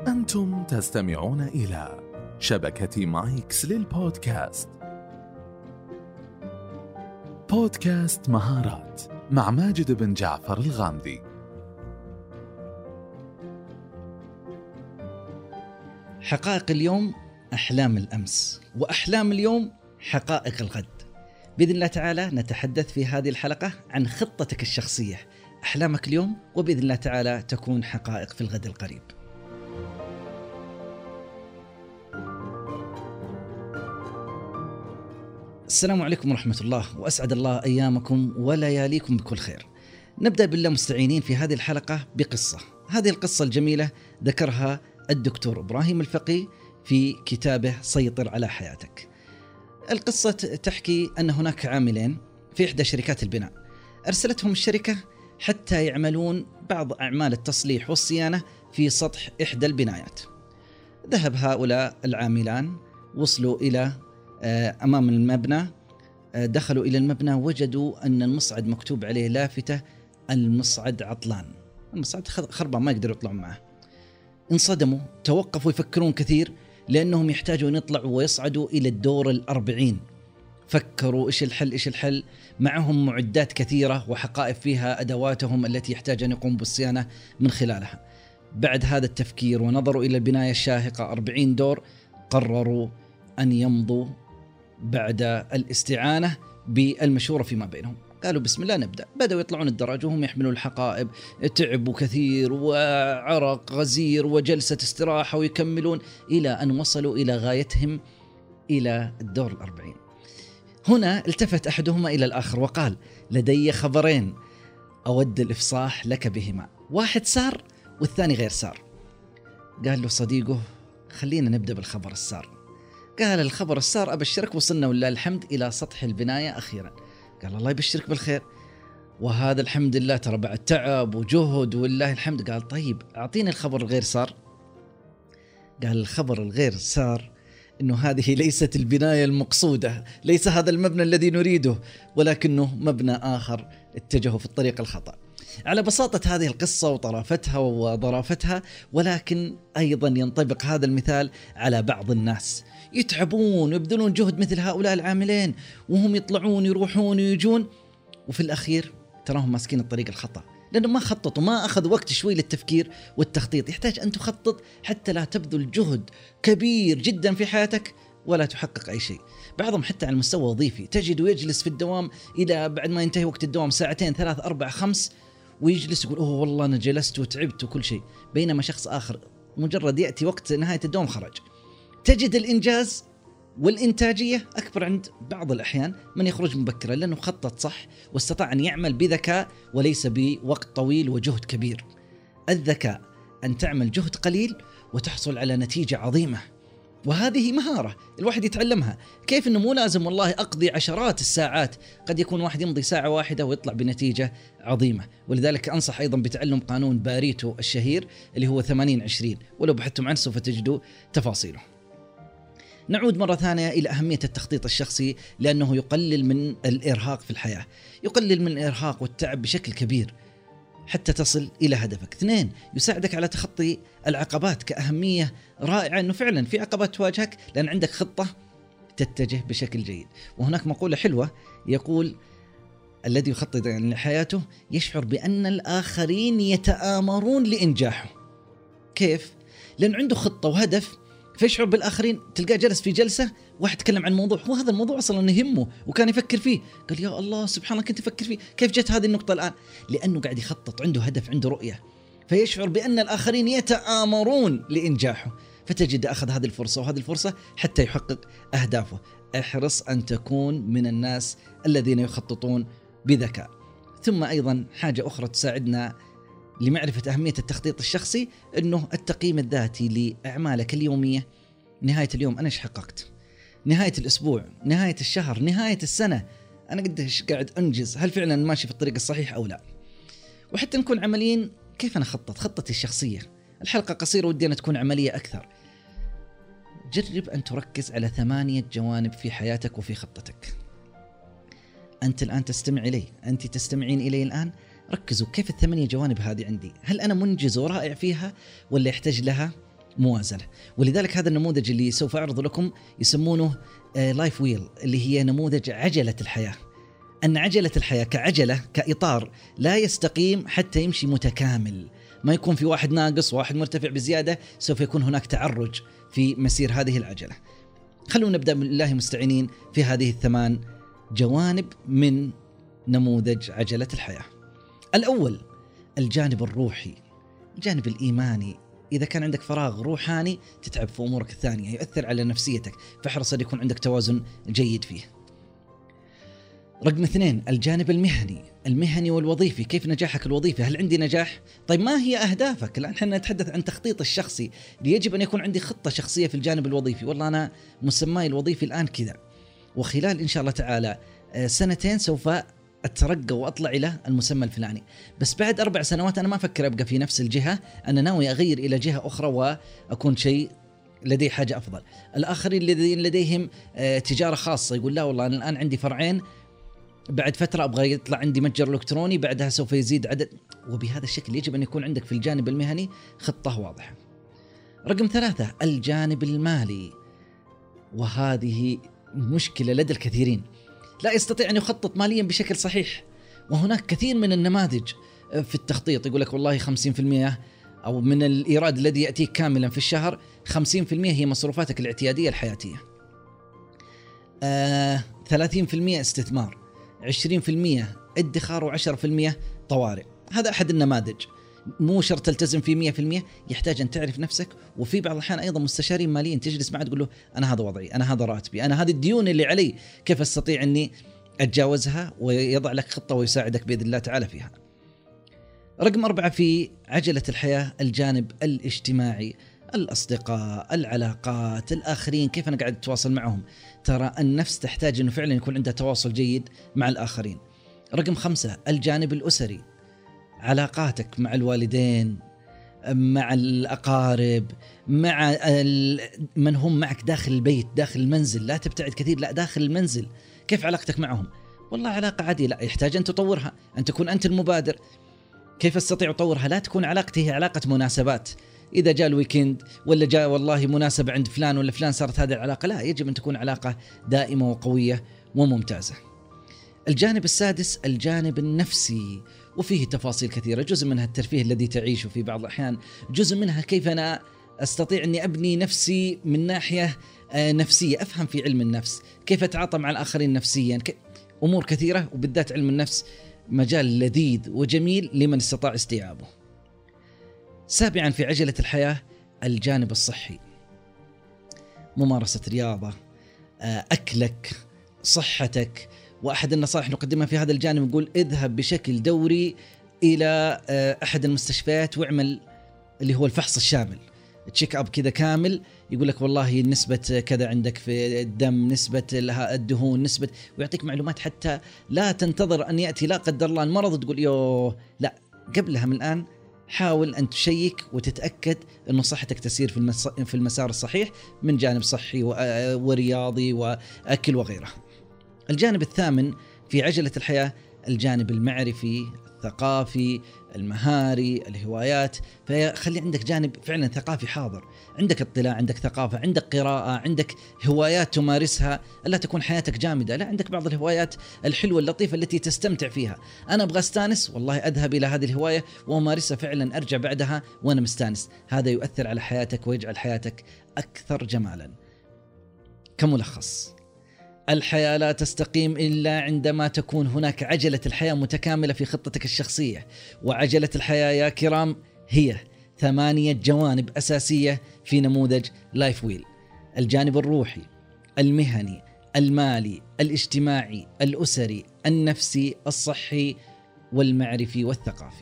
أنتم تستمعون إلى شبكة مايكس للبودكاست. بودكاست مهارات مع ماجد بن جعفر الغامدي. حقائق اليوم أحلام الأمس، وأحلام اليوم حقائق الغد. بإذن الله تعالى نتحدث في هذه الحلقة عن خطتك الشخصية، أحلامك اليوم، وبإذن الله تعالى تكون حقائق في الغد القريب. السلام عليكم ورحمة الله، وأسعد الله أيامكم ولياليكم بكل خير. نبدأ بالله مستعينين في هذه الحلقة بقصة. هذه القصة الجميلة ذكرها الدكتور إبراهيم الفقي في كتابه سيطر على حياتك. القصة تحكي أن هناك عاملين في إحدى شركات البناء، أرسلتهم الشركة حتى يعملون بعض أعمال التصليح والصيانة في سطح إحدى البنايات. ذهب هؤلاء العاملان، وصلوا إلى أمام المبنى، دخلوا إلى المبنى، وجدوا أن المصعد مكتوب عليه لافتة: المصعد عطلان، المصعد خربان ما يقدروا يطلعون معه. انصدموا، توقفوا يفكرون كثير لأنهم يحتاجون يطلعوا ويصعدوا إلى الدور 40. فكروا إيش الحل، معهم معدات كثيرة وحقائب فيها أدواتهم التي يحتاج أن يقوم بالصيانة من خلالها. بعد هذا التفكير ونظروا إلى البناية الشاهقة 40 دور، قرروا أن يمضوا بعد الاستعانة بالمشورة فيما بينهم. قالوا بسم الله نبدأ. بدأوا يطلعون الدرج وهم يحملون الحقائب، تعبوا كثير وعرق غزير وجلسة استراحة، ويكملون إلى أن وصلوا إلى غايتهم إلى الدور 40. هنا التفت أحدهما إلى الآخر وقال: لدي خبرين أود الإفصاح لك بهما، واحد سار والثاني غير سار. قال له صديقه: خلينا نبدأ بالخبر السار. قال: الخبر السار أبشرك، وصلنا ولله الحمد إلى سطح البناية أخيرا. قال: الله يبشرك بالخير، وهذا الحمد لله ترى بعد تعب وجهد والله الحمد. قال: طيب أعطيني الخبر الغير سار. قال: الخبر الغير سار إنه هذه ليست البناية المقصودة، ليس هذا المبنى الذي نريده، ولكنه مبنى آخر اتجهوا في الطريق الخطأ. على بساطة هذه القصة وطرافتها وظرافتها، ولكن أيضا ينطبق هذا المثال على بعض الناس يتعبون ويبذلون جهد مثل هؤلاء العاملين، وهم يطلعون يروحون ويجون، وفي الأخير تراهم ماسكين الطريق الخطأ، لأنه ما خططوا، ما أخذ وقت شوي للتفكير والتخطيط. يحتاج أن تخطط حتى لا تبذل جهد كبير جدا في حياتك ولا تحقق أي شيء. بعضهم حتى على المستوى الوظيفي تجده يجلس في الدوام إلى بعد ما ينتهي وقت الدوام 2 3 4 5، ويجلس يقول: أوه والله أنا جلست وتعبت وكل شيء، بينما شخص آخر مجرد يأتي وقت نهاية الدوام خرج. تجد الإنجاز والإنتاجية أكبر عند بعض الأحيان من يخرج مبكرا، لأنه خطط صح واستطاع أن يعمل بذكاء وليس بوقت طويل وجهد كبير. الذكاء أن تعمل جهد قليل وتحصل على نتيجة عظيمة، وهذه مهارة الواحد يتعلمها. كيف أنه مو لازم والله أقضي عشرات الساعات، قد يكون واحد يمضي ساعة واحدة ويطلع بنتيجة عظيمة. ولذلك أنصح أيضا بتعلم قانون باريتو الشهير اللي هو 80-20، ولو بحثتم عنه سوف تجدوا تفاصيله. نعود مرة ثانية إلى أهمية التخطيط الشخصي، لأنه يقلل من الإرهاق في الحياة، يقلل من الإرهاق والتعب بشكل كبير حتى تصل إلى هدفك. 2، يساعدك على تخطي العقبات كأهمية رائعة، أنه فعلا في عقبات تواجهك لأن عندك خطة تتجه بشكل جيد. وهناك مقولة حلوة يقول: الذي يخطط لحياته يشعر بأن الآخرين يتآمرون لإنجاحه. كيف؟ لأن عنده خطة وهدف، فيشعر بالآخرين. تلقاه جلس في جلسة واحد تكلم عن موضوع، هو هذا الموضوع أصلا يهمه وكان يفكر فيه، قال: يا الله سبحان الله كنت أفكر فيه، كيف جت هذه النقطة الآن؟ لأنه قاعد يخطط، عنده هدف، عنده رؤية، فيشعر بأن الآخرين يتآمرون لإنجاحه، فتجد أخذ هذه الفرصة وهذه الفرصة حتى يحقق أهدافه. احرص أن تكون من الناس الذين يخططون بذكاء. ثم أيضا حاجة أخرى تساعدنا لمعرفة أهمية التخطيط الشخصي، أنه التقييم الذاتي لأعمالك اليومية. نهاية اليوم أنا إيش حققت؟ نهاية الأسبوع، نهاية الشهر، نهاية السنة، أنا قديش قاعد أنجز؟ هل فعلا ماشي في الطريق الصحيح أو لا؟ وحتى نكون عمليين، كيف أنا خطتي الشخصية؟ الحلقة قصيرة ودي أن تكون عملية أكثر. جرب أن تركز على 8 جوانب في حياتك وفي خطتك. أنت الآن تستمع إلي، أنت تستمعين إلي الآن، ركزوا كيف ال8 جوانب هذه عندي، هل أنا منجز ورائع فيها ولا يحتاج لها موازنة. ولذلك هذا النموذج اللي سوف أعرض لكم يسمونه لايف ويل، اللي هي نموذج عجلة الحياة. أن عجلة الحياة كعجلة كإطار لا يستقيم حتى يمشي متكامل، ما يكون في واحد ناقص واحد مرتفع بزيادة، سوف يكون هناك تعرج في مسير هذه العجلة. خلونا نبدأ بالله مستعينين في هذه 8 جوانب من نموذج عجلة الحياة. الأول الجانب الروحي، الجانب الإيماني. إذا كان عندك فراغ روحاني تتعب في أمورك الثانية، يؤثر على نفسيتك، فاحرص أن يكون عندك توازن جيد فيه. رقم 2 الجانب المهني والوظيفي. كيف نجاحك الوظيفي؟ هل عندي نجاح؟ طيب ما هي أهدافك؟ الآن احنا نتحدث عن تخطيط الشخصي، يجب أن يكون عندي خطة شخصية في الجانب الوظيفي. والله أنا مسماي الوظيفي الآن كذا، وخلال إن شاء الله تعالى 2 سوف أترقى وأطلع إلى المسمى الفلاني، بس بعد 4 سنوات أنا ما أفكر أبقى في نفس الجهة، أنا ناوي أغير إلى جهة أخرى وأكون شيء لدي حاجة أفضل. الآخرين الذين لديهم تجارة خاصة يقول لا والله أنا الآن عندي فرعين، بعد فترة أبغى يطلع عندي متجر إلكتروني، بعدها سوف يزيد عدد. وبهذا الشكل يجب أن يكون عندك في الجانب المهني خطة واضحة. رقم 3 الجانب المالي، وهذه مشكلة لدى الكثيرين، لا يستطيع أن يخطط ماليا بشكل صحيح. وهناك كثير من النماذج في التخطيط يقول لك والله 50% أو من الإيراد الذي يأتيك كاملا في الشهر 50% هي مصروفاتك الاعتيادية الحياتية، 30% استثمار، 20% ادخار، و10% طوارئ. هذا أحد النماذج، مو شرط تلتزم فيه 100%، يحتاج أن تعرف نفسك. وفي بعض الأحيان أيضا مستشارين ماليين تجلس معه تقول له أنا هذا وضعي، أنا هذا راتبي، أنا هذه الديون اللي علي، كيف أستطيع أني أتجاوزها؟ ويضع لك خطة ويساعدك بإذن الله تعالى فيها. رقم 4 في عجلة الحياة الجانب الاجتماعي، الأصدقاء، العلاقات، الآخرين، كيف أنا قاعد أتواصل معهم. ترى النفس تحتاج أنه فعلا يكون عندها تواصل جيد مع الآخرين. رقم 5 الجانب الأسري، علاقاتك مع الوالدين، مع الأقارب، مع من هم معك داخل البيت، داخل المنزل، لا تبتعد كثير، لا داخل المنزل، كيف علاقتك معهم؟ والله علاقة عادية، لا يحتاج أن تطورها، أن تكون أنت المبادر. كيف أستطيع أطورها؟ لا تكون علاقتي هي علاقة مناسبات، إذا جاء الويكند ولا جاء والله مناسبة عند فلان ولا فلان صارت هذه العلاقة، لا، يجب أن تكون علاقة دائمة وقوية وممتازة. الجانب السادس الجانب النفسي، وفيه تفاصيل كثيرة، جزء منها الترفيه الذي تعيشه في بعض الأحيان، جزء منها كيف أنا أستطيع أني أبني نفسي من ناحية نفسية، أفهم في علم النفس، كيف أتعاطى مع الآخرين نفسيا، أمور كثيرة، وبالذات علم النفس مجال لذيذ وجميل لمن استطاع استيعابه. 7 في عجلة الحياة الجانب الصحي، ممارسة رياضة، أكلك، صحتك. وأحد النصائح نقدمها في هذا الجانب نقول اذهب بشكل دوري إلى أحد المستشفيات واعمل اللي هو الفحص الشامل، تشيك أب كذا كامل، يقول لك والله نسبة كذا عندك في الدم، نسبة الدهون، نسبة، ويعطيك معلومات حتى لا تنتظر أن يأتي لا قدر الله المرض تقول يوه، لا، قبلها من الآن حاول أن تشيك وتتأكد أن صحتك تسير في المسار الصحيح من جانب صحي ورياضي وأكل وغيره. الجانب 8 في عجلة الحياة الجانب المعرفي، الثقافي، المهاري، الهوايات. فخلي عندك جانب فعلا ثقافي حاضر، عندك اطلاع، عندك ثقافة، عندك قراءة، عندك هوايات تمارسها، ألا تكون حياتك جامدة، لا، عندك بعض الهوايات الحلوة اللطيفة التي تستمتع فيها. أنا أبغى استانس، والله أذهب إلى هذه الهواية وأمارسها فعلا، أرجع بعدها وأنا مستانس. هذا يؤثر على حياتك ويجعل حياتك أكثر جمالا. كملخص، الحياة لا تستقيم إلا عندما تكون هناك عجلة الحياة متكاملة في خطتك الشخصية. وعجلة الحياة يا كرام هي 8 جوانب أساسية في نموذج لايف ويل: الجانب الروحي، المهني، المالي، الاجتماعي، الأسري، النفسي، الصحي، والمعرفي والثقافي.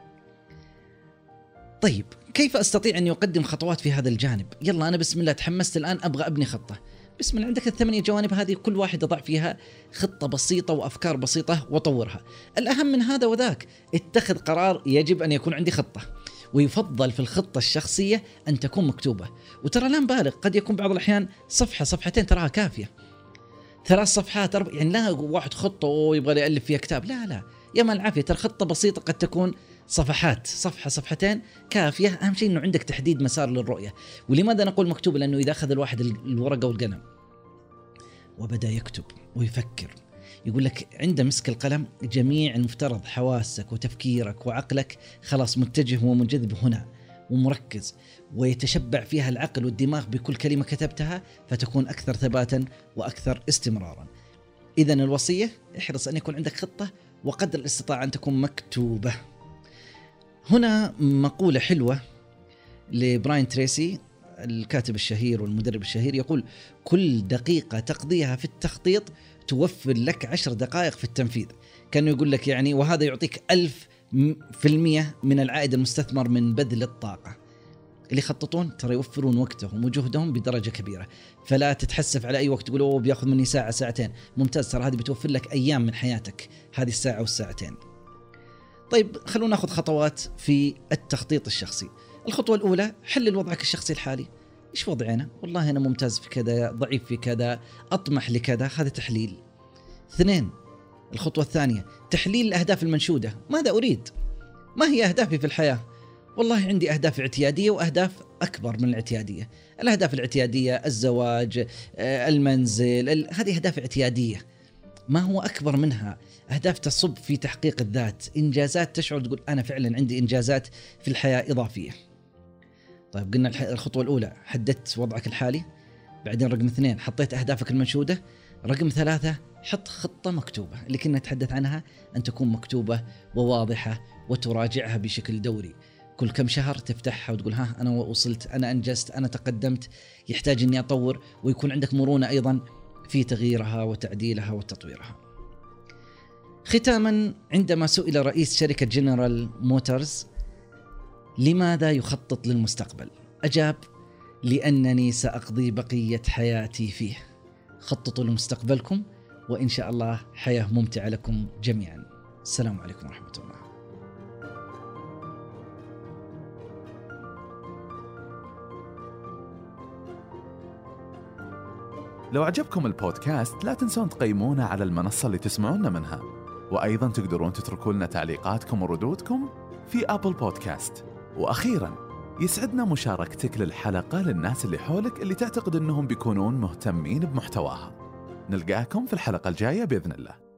طيب كيف أستطيع أن يقدم خطوات في هذا الجانب؟ يلا أنا بسم الله تحمست الآن أبغى أبني خطة. بسم الله، عندك 8 جوانب هذه، كل واحد ضع فيها خطة بسيطة وأفكار بسيطة وطورها. الأهم من هذا وذاك اتخذ قرار، يجب أن يكون عندي خطة، ويفضل في الخطة الشخصية أن تكون مكتوبة. وترى لا نبالغ، قد يكون بعض الأحيان صفحة صفحتين تراها كافية، 3 صفحات يعني لا واحد خطة يبغى يألف فيها كتاب، لا يا ما العافية. ترى خطة بسيطة قد تكون صفحات، صفحة صفحتين كافية. أهم شيء أنه عندك تحديد مسار للرؤية. ولماذا نقول مكتوبة؟ لأنه إذا أخذ الواحد الورقة والقلم وبدأ يكتب ويفكر، يقول لك عند مسك القلم جميع المفترض حواسك وتفكيرك وعقلك خلاص متجه ومنجذب هنا ومركز، ويتشبع فيها العقل والدماغ بكل كلمة كتبتها، فتكون أكثر ثباتا وأكثر استمرارا. إذن الوصية احرص أن يكون عندك خطة وقدر الاستطاعة أن تكون مكتوبة. هنا مقولة حلوة لبراين تريسي الكاتب الشهير والمدرب الشهير، يقول: كل دقيقة تقضيها في التخطيط توفر لك 10 دقائق في التنفيذ. كانوا يقول لك يعني، وهذا يعطيك 1000% من العائد المستثمر من بذل الطاقة. اللي يخططون ترى يوفرون وقتهم وجهدهم بدرجة كبيرة، فلا تتحسف على أي وقت تقول أوه بياخذ مني ساعة ساعتين. ممتاز، ترى هذه بتوفر لك أيام من حياتك، هذه الساعة والساعتين. طيب خلونا ناخذ خطوات في التخطيط الشخصي. الخطوة الأولى: حلل وضعك الشخصي الحالي. إيش وضعي أنا؟ والله أنا ممتاز في كذا، ضعيف في كذا، أطمح لكذا، هذا تحليل. 2، الخطوة الثانية: تحليل الأهداف المنشودة. ماذا أريد؟ ما هي أهدافي في الحياة؟ والله عندي أهداف اعتيادية وأهداف أكبر من الاعتيادية. الأهداف الاعتيادية الزواج، المنزل، هذه أهداف اعتيادية. ما هو أكبر منها؟ أهداف تصب في تحقيق الذات، إنجازات تشعر تقول أنا فعلا عندي إنجازات في الحياة إضافية. طيب قلنا الخطوة الأولى حددت وضعك الحالي، بعدين رقم 2 حطيت أهدافك المنشودة، رقم 3 حط خطة مكتوبة اللي كنا نتحدث عنها، أن تكون مكتوبة وواضحة وتراجعها بشكل دوري. كل كم شهر تفتحها وتقول ها أنا وصلت، أنا أنجزت، أنا تقدمت، يحتاج أني أطور، ويكون عندك مرونة أيضا في تغييرها وتعديلها وتطويرها. ختاما، عندما سئل رئيس شركة جنرال موتورز لماذا يخطط للمستقبل، أجاب: لأنني سأقضي بقية حياتي فيه. خططوا لمستقبلكم، وإن شاء الله حياة ممتعة لكم جميعا. السلام عليكم ورحمة الله. لو عجبكم البودكاست لا تنسون تقيمونا على المنصة اللي تسمعونا منها، وأيضا تقدرون تتركوا لنا تعليقاتكم وردودكم في أبل بودكاست. وأخيرا يسعدنا مشاركتك للحلقة للناس اللي حولك اللي تعتقد أنهم بيكونون مهتمين بمحتواها. نلقاكم في الحلقة الجاية بإذن الله.